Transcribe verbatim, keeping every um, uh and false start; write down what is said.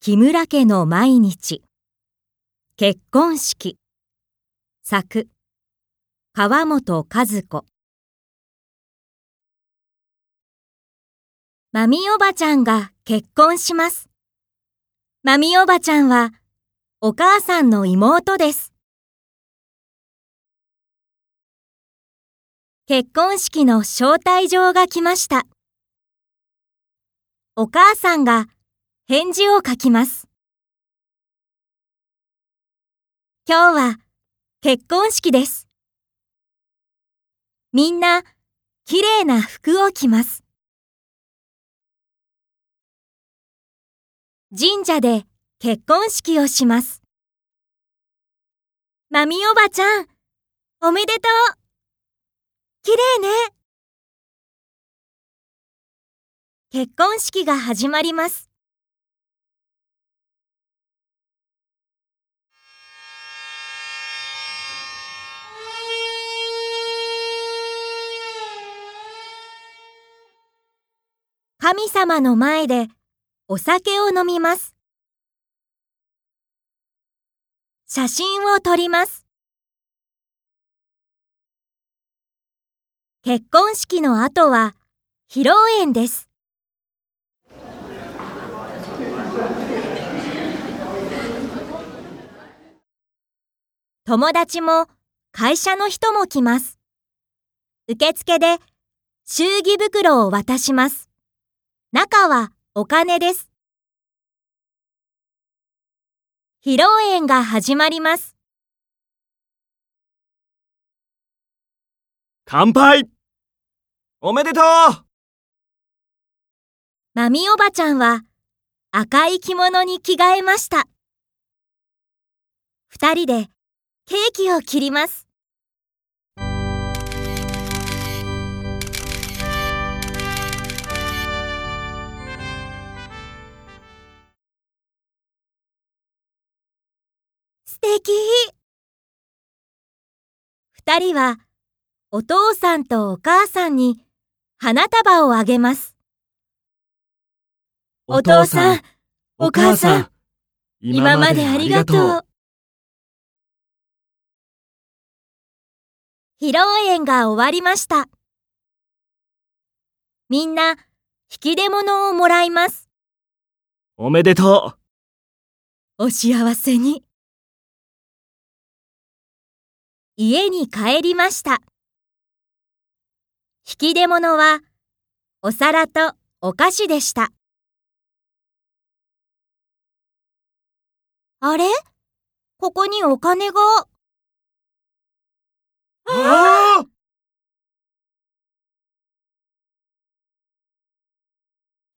木村家の毎日結婚式作川本和子。マミおばちゃんが結婚します。マミおばちゃんはお母さんの妹です。結婚式の招待状が来ました。お母さんが返事を書きます。今日は結婚式です。みんなきれいな服を着ます。神社で結婚式をします。マミおばちゃん、おめでとう。きれいね。結婚式が始まります。神様の前でお酒を飲みます。写真を撮ります。結婚式の後は披露宴です。友達も会社の人も来ます。受付で祝儀袋を渡します。中はお金です。披露宴が始まります。 乾杯！おめでとう！ マミおばちゃんは赤い着物に着替えました。二人でケーキを切ります。素敵！二人はお父さんとお母さんに花束をあげます。お父さん、お母さん、今までありがとう。披露宴が終わりました。みんな引き出物をもらいます。 おめでとう。お幸せに。家に帰りました。引き出物はお皿とお菓子でした。あれ？ここにお金が。